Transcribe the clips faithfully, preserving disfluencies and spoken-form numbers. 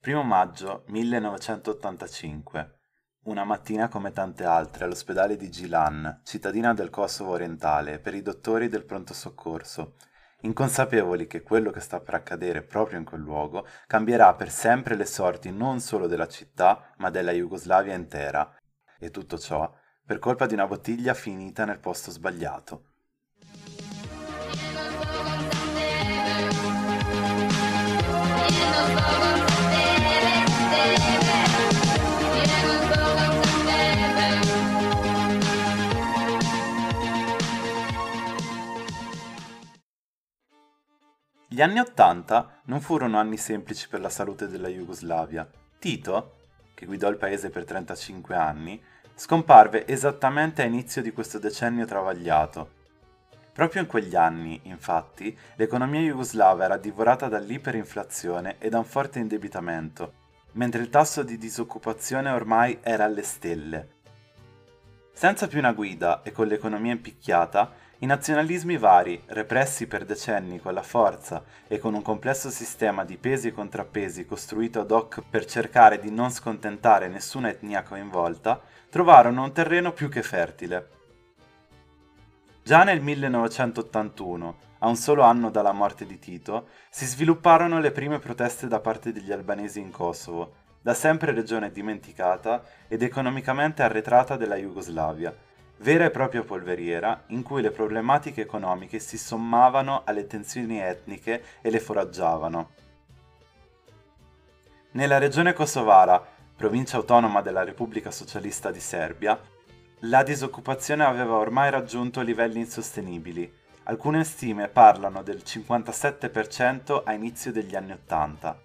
Primo maggio millenovecentottantacinque. Una mattina come tante altre all'ospedale di Gilan, cittadina del Kosovo orientale, per i dottori del pronto soccorso, inconsapevoli che quello che sta per accadere proprio in quel luogo cambierà per sempre le sorti non solo della città, ma della Jugoslavia intera. E tutto ciò per colpa di una bottiglia finita nel posto sbagliato. Gli anni Ottanta non furono anni semplici per la salute della Jugoslavia. Tito, che guidò il paese per trentacinque anni, scomparve esattamente a inizio di questo decennio travagliato. Proprio in quegli anni, infatti, l'economia jugoslava era divorata dall'iperinflazione e da un forte indebitamento, mentre il tasso di disoccupazione ormai era alle stelle. Senza più una guida e con l'economia impicchiata, i nazionalismi vari, repressi per decenni con la forza e con un complesso sistema di pesi e contrappesi costruito ad hoc per cercare di non scontentare nessuna etnia coinvolta, trovarono un terreno più che fertile. Già nel millenovecentottantuno, a un solo anno dalla morte di Tito, si svilupparono le prime proteste da parte degli albanesi in Kosovo, da sempre regione dimenticata ed economicamente arretrata della Jugoslavia, vera e propria polveriera in cui le problematiche economiche si sommavano alle tensioni etniche e le foraggiavano. Nella regione kosovara, provincia autonoma della Repubblica Socialista di Serbia, la disoccupazione aveva ormai raggiunto livelli insostenibili. Alcune stime parlano del cinquantasette per cento a inizio degli anni Ottanta.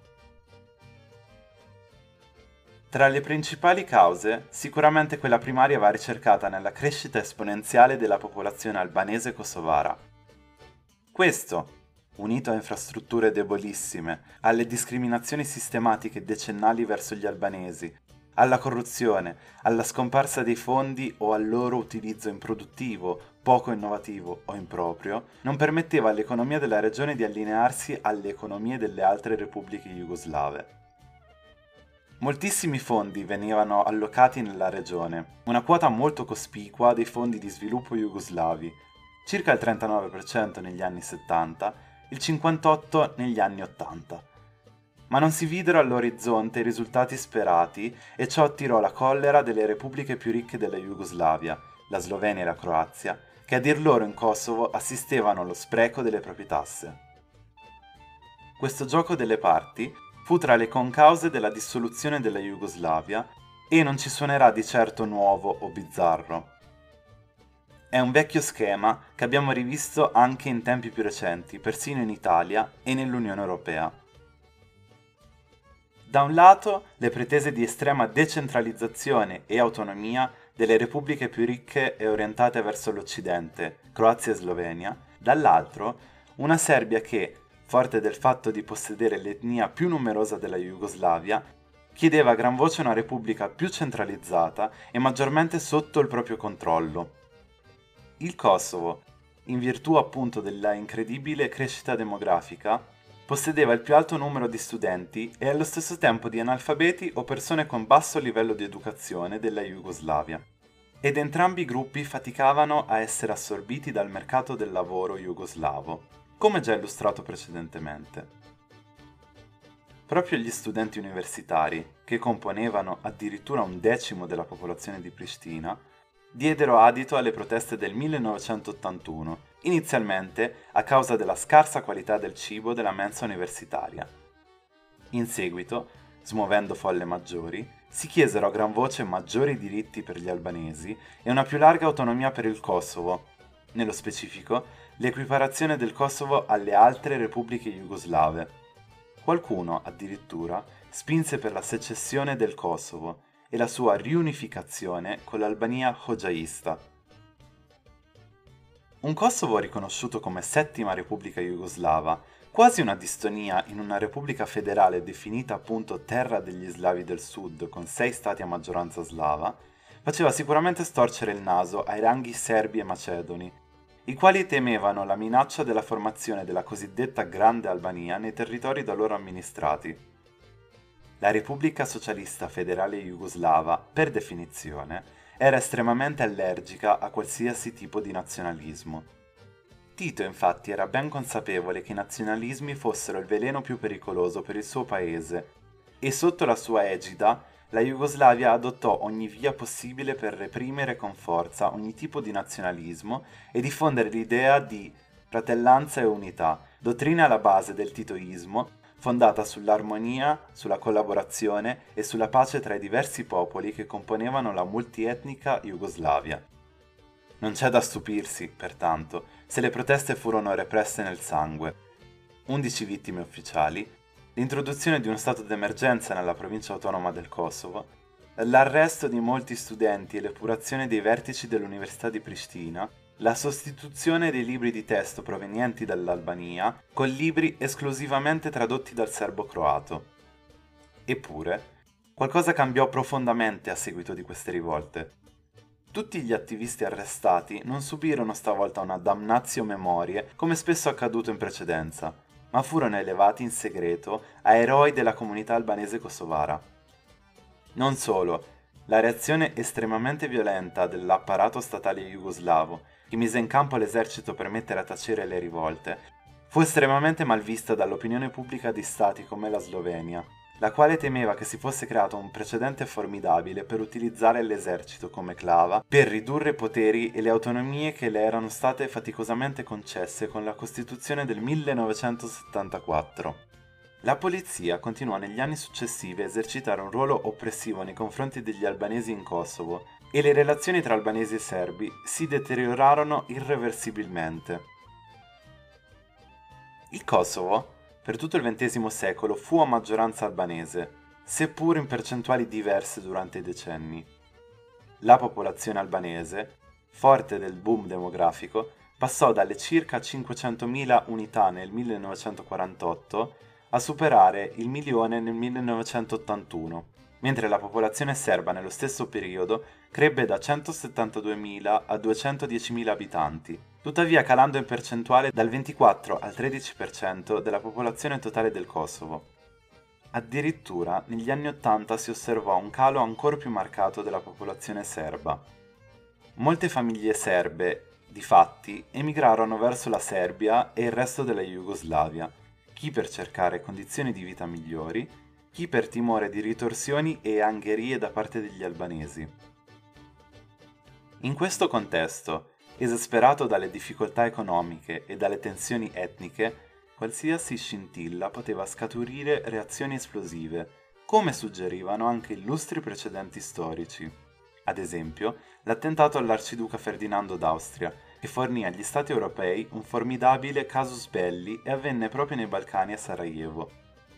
Tra le principali cause, sicuramente quella primaria va ricercata nella crescita esponenziale della popolazione albanese kosovara. Questo, unito a infrastrutture debolissime, alle discriminazioni sistematiche decennali verso gli albanesi, alla corruzione, alla scomparsa dei fondi o al loro utilizzo improduttivo, poco innovativo o improprio, non permetteva all'economia della regione di allinearsi alle economie delle altre repubbliche jugoslave. Moltissimi fondi venivano allocati nella regione, una quota molto cospicua dei fondi di sviluppo jugoslavi, circa il trentanove per cento negli anni settanta, il cinquantotto per cento negli anni ottanta. Ma non si videro all'orizzonte i risultati sperati e ciò attirò la collera delle repubbliche più ricche della Jugoslavia, la Slovenia e la Croazia, che a dir loro in Kosovo assistevano allo spreco delle proprie tasse. Questo gioco delle parti fu tra le concause della dissoluzione della Jugoslavia e non ci suonerà di certo nuovo o bizzarro. È un vecchio schema che abbiamo rivisto anche in tempi più recenti, persino in Italia e nell'Unione Europea. Da un lato, le pretese di estrema decentralizzazione e autonomia delle repubbliche più ricche e orientate verso l'Occidente, Croazia e Slovenia, dall'altro, una Serbia che, forte del fatto di possedere l'etnia più numerosa della Jugoslavia, chiedeva a gran voce una repubblica più centralizzata e maggiormente sotto il proprio controllo. Il Kosovo, in virtù appunto della incredibile crescita demografica, possedeva il più alto numero di studenti e allo stesso tempo di analfabeti o persone con basso livello di educazione della Jugoslavia, ed entrambi i gruppi faticavano a essere assorbiti dal mercato del lavoro jugoslavo, come già illustrato precedentemente. Proprio gli studenti universitari, che componevano addirittura un decimo della popolazione di Pristina, diedero adito alle proteste del millenovecentottantuno, inizialmente a causa della scarsa qualità del cibo della mensa universitaria. In seguito, smuovendo folle maggiori, si chiesero a gran voce maggiori diritti per gli albanesi e una più larga autonomia per il Kosovo, nello specifico l'equiparazione del Kosovo alle altre repubbliche jugoslave. Qualcuno, addirittura, spinse per la secessione del Kosovo e la sua riunificazione con l'Albania hoxhaista. Un Kosovo riconosciuto come settima repubblica jugoslava, quasi una distonia in una repubblica federale definita appunto terra degli slavi del sud con sei stati a maggioranza slava, faceva sicuramente storcere il naso ai ranghi serbi e macedoni, i quali temevano la minaccia della formazione della cosiddetta Grande Albania nei territori da loro amministrati. La Repubblica Socialista Federale Jugoslava, per definizione, era estremamente allergica a qualsiasi tipo di nazionalismo. Tito infatti era ben consapevole che i nazionalismi fossero il veleno più pericoloso per il suo paese e sotto la sua egida la Jugoslavia adottò ogni via possibile per reprimere con forza ogni tipo di nazionalismo e diffondere l'idea di fratellanza e unità, dottrina alla base del titoismo, fondata sull'armonia, sulla collaborazione e sulla pace tra i diversi popoli che componevano la multietnica Jugoslavia. Non c'è da stupirsi, pertanto, se le proteste furono represse nel sangue. undici vittime ufficiali, l'introduzione di uno stato d'emergenza nella provincia autonoma del Kosovo, l'arresto di molti studenti e l'epurazione dei vertici dell'Università di Pristina, la sostituzione dei libri di testo provenienti dall'Albania con libri esclusivamente tradotti dal serbo-croato. Eppure, qualcosa cambiò profondamente a seguito di queste rivolte. Tutti gli attivisti arrestati non subirono stavolta una damnatio memoriae come spesso accaduto in precedenza, ma furono elevati in segreto a eroi della comunità albanese kosovara. Non solo, la reazione estremamente violenta dell'apparato statale jugoslavo, che mise in campo l'esercito per mettere a tacere le rivolte, fu estremamente mal vista dall'opinione pubblica di stati come la Slovenia, la quale temeva che si fosse creato un precedente formidabile per utilizzare l'esercito come clava per ridurre i poteri e le autonomie che le erano state faticosamente concesse con la Costituzione del millenovecentosettantaquattro. La polizia continuò negli anni successivi a esercitare un ruolo oppressivo nei confronti degli albanesi in Kosovo e le relazioni tra albanesi e serbi si deteriorarono irreversibilmente. Il Kosovo, per tutto il ventesimo secolo, fu a maggioranza albanese, seppur in percentuali diverse durante i decenni. La popolazione albanese, forte del boom demografico, passò dalle circa cinquecentomila unità nel millenovecentoquarantotto a superare il milione nel millenovecentottantuno, mentre la popolazione serba nello stesso periodo crebbe da centosettantaduemila a duecentodiecimila abitanti, tuttavia calando in percentuale dal ventiquattro al tredici per cento della popolazione totale del Kosovo. Addirittura negli anni Ottanta si osservò un calo ancora più marcato della popolazione serba. Molte famiglie serbe, difatti, emigrarono verso la Serbia e il resto della Jugoslavia, chi per cercare condizioni di vita migliori, chi per timore di ritorsioni e angherie da parte degli albanesi. In questo contesto, esasperato dalle difficoltà economiche e dalle tensioni etniche, qualsiasi scintilla poteva scaturire reazioni esplosive, come suggerivano anche illustri precedenti storici. Ad esempio, l'attentato all'arciduca Ferdinando d'Austria, che fornì agli Stati europei un formidabile casus belli e avvenne proprio nei Balcani a Sarajevo.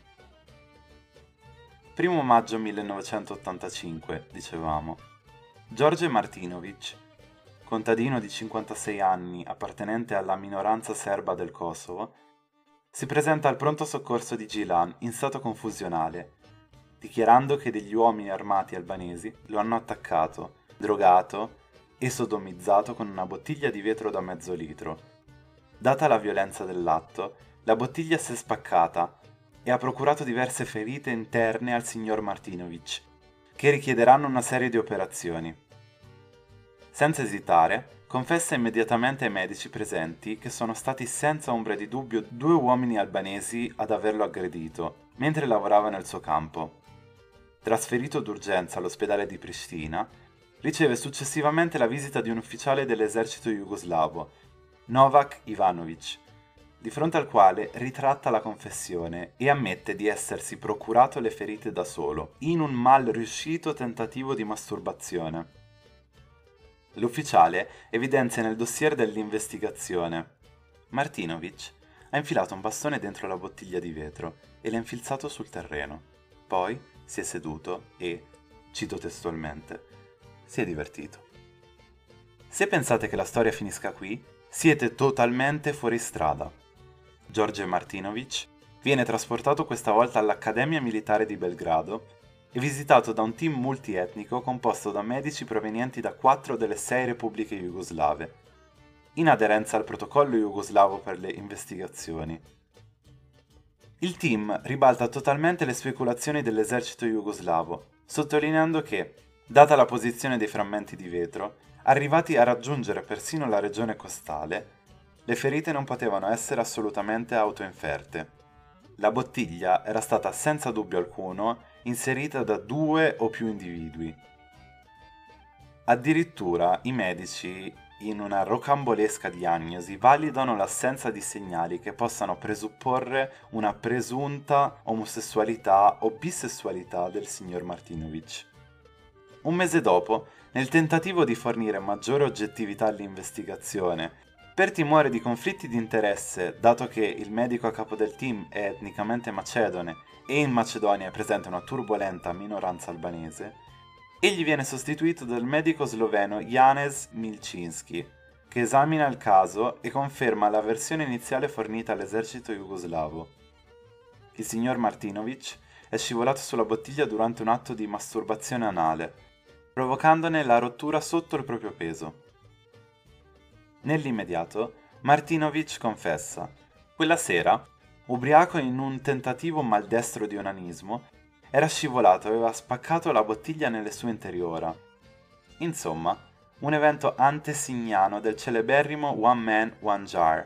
primo maggio millenovecentottantacinque, dicevamo. George Martinović, contadino di cinquantasei anni appartenente alla minoranza serba del Kosovo, si presenta al pronto soccorso di Gilan in stato confusionale, dichiarando che degli uomini armati albanesi lo hanno attaccato, drogato e sodomizzato con una bottiglia di vetro da mezzo litro. Data la violenza dell'atto, la bottiglia si è spaccata e ha procurato diverse ferite interne al signor Martinović, che richiederanno una serie di operazioni. Senza esitare, confessa immediatamente ai medici presenti che sono stati senza ombra di dubbio due uomini albanesi ad averlo aggredito, mentre lavorava nel suo campo. Trasferito d'urgenza all'ospedale di Pristina, riceve successivamente la visita di un ufficiale dell'esercito jugoslavo, Novak Ivanović, di fronte al quale ritratta la confessione e ammette di essersi procurato le ferite da solo, in un mal riuscito tentativo di masturbazione. L'ufficiale evidenzia nel dossier dell'investigazione: Martinović ha infilato un bastone dentro la bottiglia di vetro e l'ha infilzato sul terreno. Poi si è seduto e, cito testualmente, si è divertito. Se pensate che la storia finisca qui, siete totalmente fuori strada. George Martinović viene trasportato questa volta all'Accademia Militare di Belgrado e visitato da un team multietnico composto da medici provenienti da quattro delle sei repubbliche jugoslave, in aderenza al protocollo jugoslavo per le investigazioni. Il team ribalta totalmente le speculazioni dell'esercito jugoslavo, sottolineando che, data la posizione dei frammenti di vetro, arrivati a raggiungere persino la regione costale, le ferite non potevano essere assolutamente autoinferte. La bottiglia era stata senza dubbio alcuno inserita da due o più individui. Addirittura i medici, in una rocambolesca diagnosi, validano l'assenza di segnali che possano presupporre una presunta omosessualità o bisessualità del signor Martinovic. Un mese dopo, nel tentativo di fornire maggiore oggettività all'investigazione, per timore di conflitti di interesse, dato che il medico a capo del team è etnicamente macedone e in Macedonia è presente una turbolenta minoranza albanese, egli viene sostituito dal medico sloveno Janez Milčinski, che esamina il caso e conferma la versione iniziale fornita all'esercito jugoslavo. Il signor Martinovic è scivolato sulla bottiglia durante un atto di masturbazione anale, provocandone la rottura sotto il proprio peso. Nell'immediato, Martinovic confessa. Quella sera, ubriaco in un tentativo maldestro di onanismo, era scivolato e aveva spaccato la bottiglia nelle sue interiora. Insomma, un evento antesignano del celeberrimo One Man, One Jar.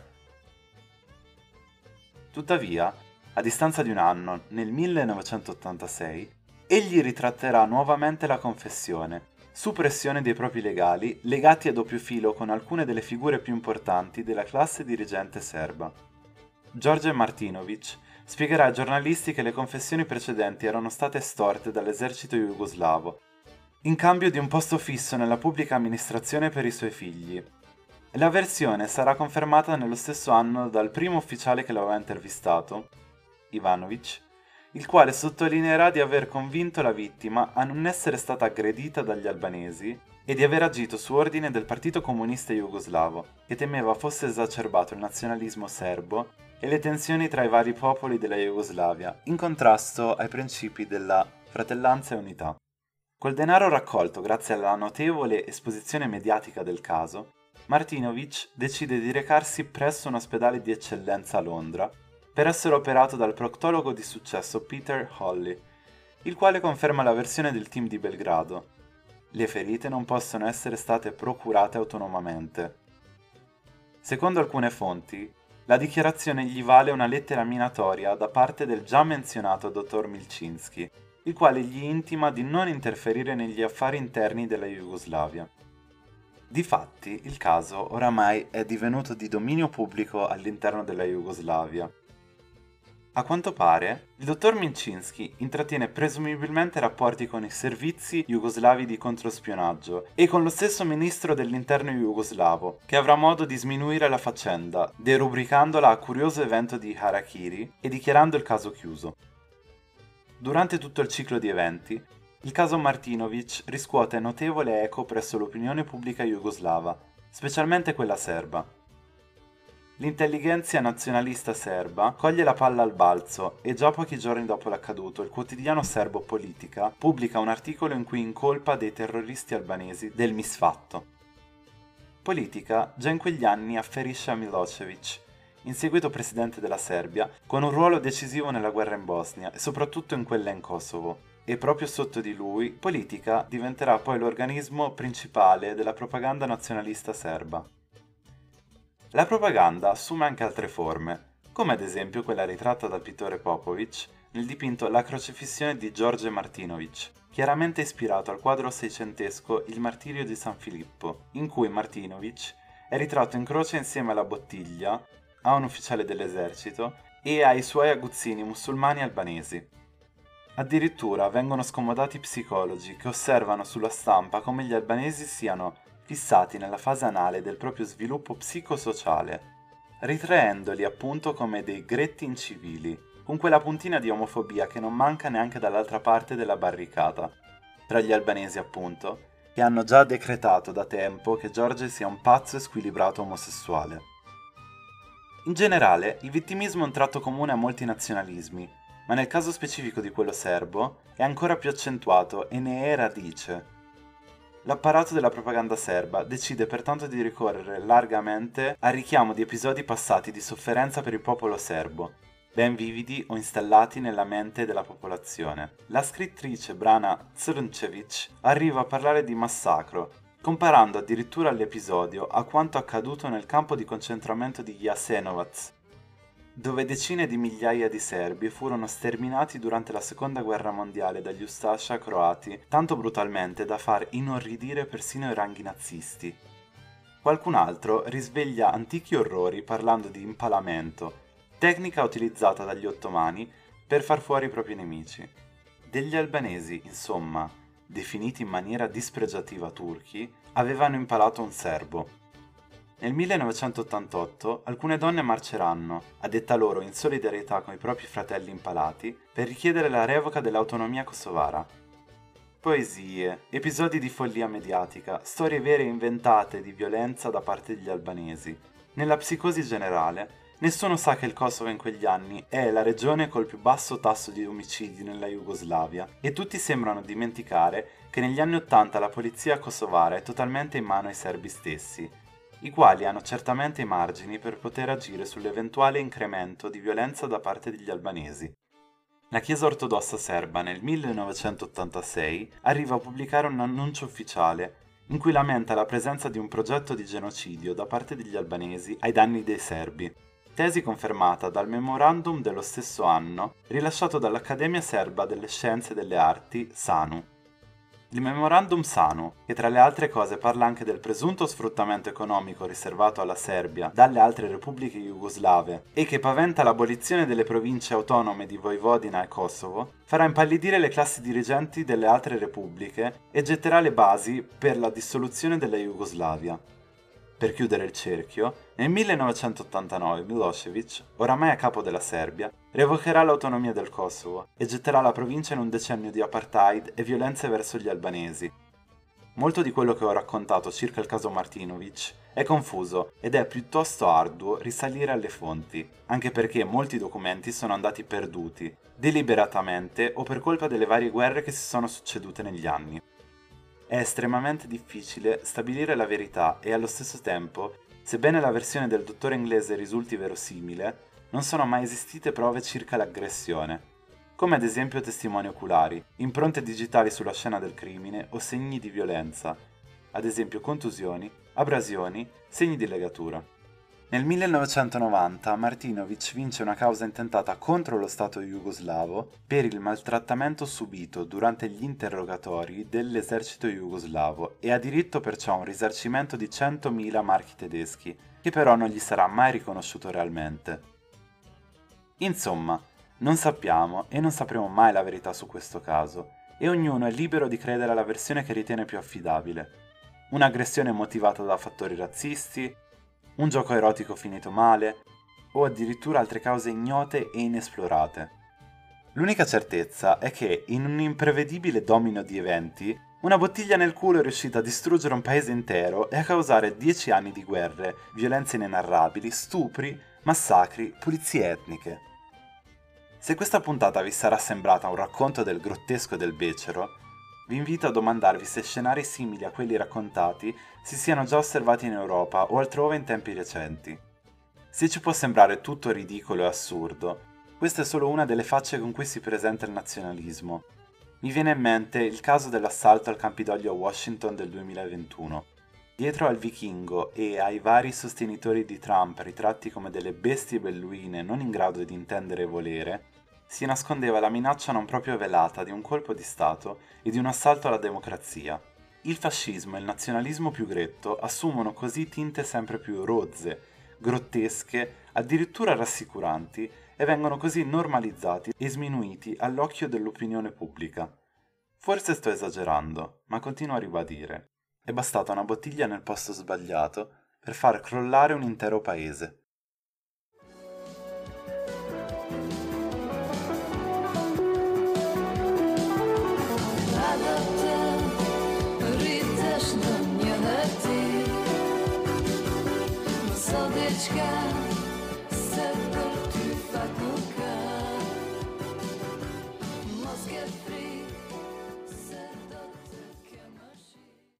Tuttavia, a distanza di un anno, nel millenovecentottantasei, egli ritratterà nuovamente la confessione, su pressione dei propri legali, legati a doppio filo con alcune delle figure più importanti della classe dirigente serba. George Martinovic spiegherà ai giornalisti che le confessioni precedenti erano state estorte dall'esercito jugoslavo, in cambio di un posto fisso nella pubblica amministrazione per i suoi figli. La versione sarà confermata nello stesso anno dal primo ufficiale che l'aveva intervistato, Ivanovic, il quale sottolineerà di aver convinto la vittima a non essere stata aggredita dagli albanesi e di aver agito su ordine del Partito Comunista Jugoslavo, che temeva fosse esacerbato il nazionalismo serbo e le tensioni tra i vari popoli della Jugoslavia, in contrasto ai principi della fratellanza e unità. Col denaro raccolto grazie alla notevole esposizione mediatica del caso, Martinovic decide di recarsi presso un ospedale di eccellenza a Londra per essere operato dal proctologo di successo Peter Holly, il quale conferma la versione del team di Belgrado. Le ferite non possono essere state procurate autonomamente. Secondo alcune fonti, la dichiarazione gli vale una lettera minatoria da parte del già menzionato dottor Milčinski, il quale gli intima di non interferire negli affari interni della Jugoslavia. Difatti, il caso oramai è divenuto di dominio pubblico all'interno della Jugoslavia. A quanto pare, il dottor Milčinski intrattiene presumibilmente rapporti con i servizi jugoslavi di controspionaggio e con lo stesso ministro dell'interno jugoslavo, che avrà modo di sminuire la faccenda, derubricandola a curioso evento di harakiri e dichiarando il caso chiuso. Durante tutto il ciclo di eventi, il caso Martinovic riscuote notevole eco presso l'opinione pubblica jugoslava, specialmente quella serba. L'intellighenzia nazionalista serba coglie la palla al balzo e già pochi giorni dopo l'accaduto il quotidiano serbo Politica pubblica un articolo in cui incolpa dei terroristi albanesi del misfatto. Politica già in quegli anni afferisce a Milošević, in seguito presidente della Serbia, con un ruolo decisivo nella guerra in Bosnia e soprattutto in quella in Kosovo, e proprio sotto di lui Politica diventerà poi l'organismo principale della propaganda nazionalista serba. La propaganda assume anche altre forme, come ad esempio quella ritratta dal pittore Popović nel dipinto La crocifissione di George Martinovic, chiaramente ispirato al quadro seicentesco Il martirio di San Filippo, in cui Martinovic è ritratto in croce insieme alla bottiglia, a un ufficiale dell'esercito e ai suoi aguzzini musulmani albanesi. Addirittura vengono scomodati psicologi che osservano sulla stampa come gli albanesi siano fissati nella fase anale del proprio sviluppo psicosociale, ritraendoli appunto come dei gretti incivili, con quella puntina di omofobia che non manca neanche dall'altra parte della barricata, tra gli albanesi appunto, che hanno già decretato da tempo che George sia un pazzo e squilibrato omosessuale. In generale, il vittimismo è un tratto comune a molti nazionalismi, ma nel caso specifico di quello serbo è ancora più accentuato e ne è radice. L'apparato della propaganda serba decide pertanto di ricorrere largamente al richiamo di episodi passati di sofferenza per il popolo serbo, ben vividi o installati nella mente della popolazione. La scrittrice Brana Crnčević arriva a parlare di massacro, comparando addirittura l'episodio a quanto accaduto nel campo di concentramento di Jasenovac, dove decine di migliaia di serbi furono sterminati durante la seconda guerra mondiale dagli Ustascia croati, tanto brutalmente da far inorridire persino i ranghi nazisti. Qualcun altro risveglia antichi orrori parlando di impalamento, tecnica utilizzata dagli ottomani per far fuori i propri nemici. Degli albanesi, insomma, definiti in maniera dispregiativa turchi, avevano impalato un serbo. Nel millenovecentottantotto alcune donne marceranno, a detta loro in solidarietà con i propri fratelli impalati, per richiedere la revoca dell'autonomia kosovara. Poesie, episodi di follia mediatica, storie vere e inventate di violenza da parte degli albanesi. Nella psicosi generale, nessuno sa che il Kosovo in quegli anni è la regione col più basso tasso di omicidi nella Jugoslavia e tutti sembrano dimenticare che negli anni Ottanta la polizia kosovara è totalmente in mano ai serbi stessi, i quali hanno certamente i margini per poter agire sull'eventuale incremento di violenza da parte degli albanesi. La Chiesa ortodossa serba nel millenovecentottantasei arriva a pubblicare un annuncio ufficiale in cui lamenta la presenza di un progetto di genocidio da parte degli albanesi ai danni dei serbi, tesi confermata dal memorandum dello stesso anno rilasciato dall'Accademia Serba delle Scienze e delle Arti, SANU. Il memorandum SANU, che tra le altre cose parla anche del presunto sfruttamento economico riservato alla Serbia dalle altre repubbliche jugoslave e che paventa l'abolizione delle province autonome di Vojvodina e Kosovo, farà impallidire le classi dirigenti delle altre repubbliche e getterà le basi per la dissoluzione della Jugoslavia. Per chiudere il cerchio, nel millenovecentottantanove Milošević, oramai a capo della Serbia, revocherà l'autonomia del Kosovo e getterà la provincia in un decennio di apartheid e violenze verso gli albanesi. Molto di quello che ho raccontato circa il caso Martinović è confuso ed è piuttosto arduo risalire alle fonti, anche perché molti documenti sono andati perduti, deliberatamente o per colpa delle varie guerre che si sono succedute negli anni. È estremamente difficile stabilire la verità e allo stesso tempo, sebbene la versione del dottore inglese risulti verosimile, non sono mai esistite prove circa l'aggressione, come ad esempio testimoni oculari, impronte digitali sulla scena del crimine o segni di violenza, ad esempio contusioni, abrasioni, segni di legatura. Nel millenovecentonovanta Martinović vince una causa intentata contro lo Stato jugoslavo per il maltrattamento subito durante gli interrogatori dell'esercito jugoslavo e ha diritto perciò a un risarcimento di centomila marchi tedeschi, che però non gli sarà mai riconosciuto realmente. Insomma, non sappiamo e non sapremo mai la verità su questo caso, e ognuno è libero di credere alla versione che ritiene più affidabile. Un'aggressione motivata da fattori razzisti, un gioco erotico finito male, o addirittura altre cause ignote e inesplorate. L'unica certezza è che, in un imprevedibile domino di eventi, una bottiglia nel culo è riuscita a distruggere un paese intero e a causare dieci anni di guerre, violenze inenarrabili, stupri, massacri, pulizie etniche. Se questa puntata vi sarà sembrata un racconto del grottesco e del becero, vi invito a domandarvi se scenari simili a quelli raccontati si siano già osservati in Europa o altrove in tempi recenti. Se ci può sembrare tutto ridicolo e assurdo, questa è solo una delle facce con cui si presenta il nazionalismo. Mi viene in mente il caso dell'assalto al Campidoglio a Washington del duemilaventuno. Dietro al vichingo e ai vari sostenitori di Trump ritratti come delle bestie belluine non in grado di intendere e volere, si nascondeva la minaccia non proprio velata di un colpo di Stato e di un assalto alla democrazia. Il fascismo e il nazionalismo più gretto assumono così tinte sempre più rozze, grottesche, addirittura rassicuranti, e vengono così normalizzati e sminuiti all'occhio dell'opinione pubblica. Forse sto esagerando, ma continuo a ribadire. È bastata una bottiglia nel posto sbagliato per far crollare un intero paese. Słodyczka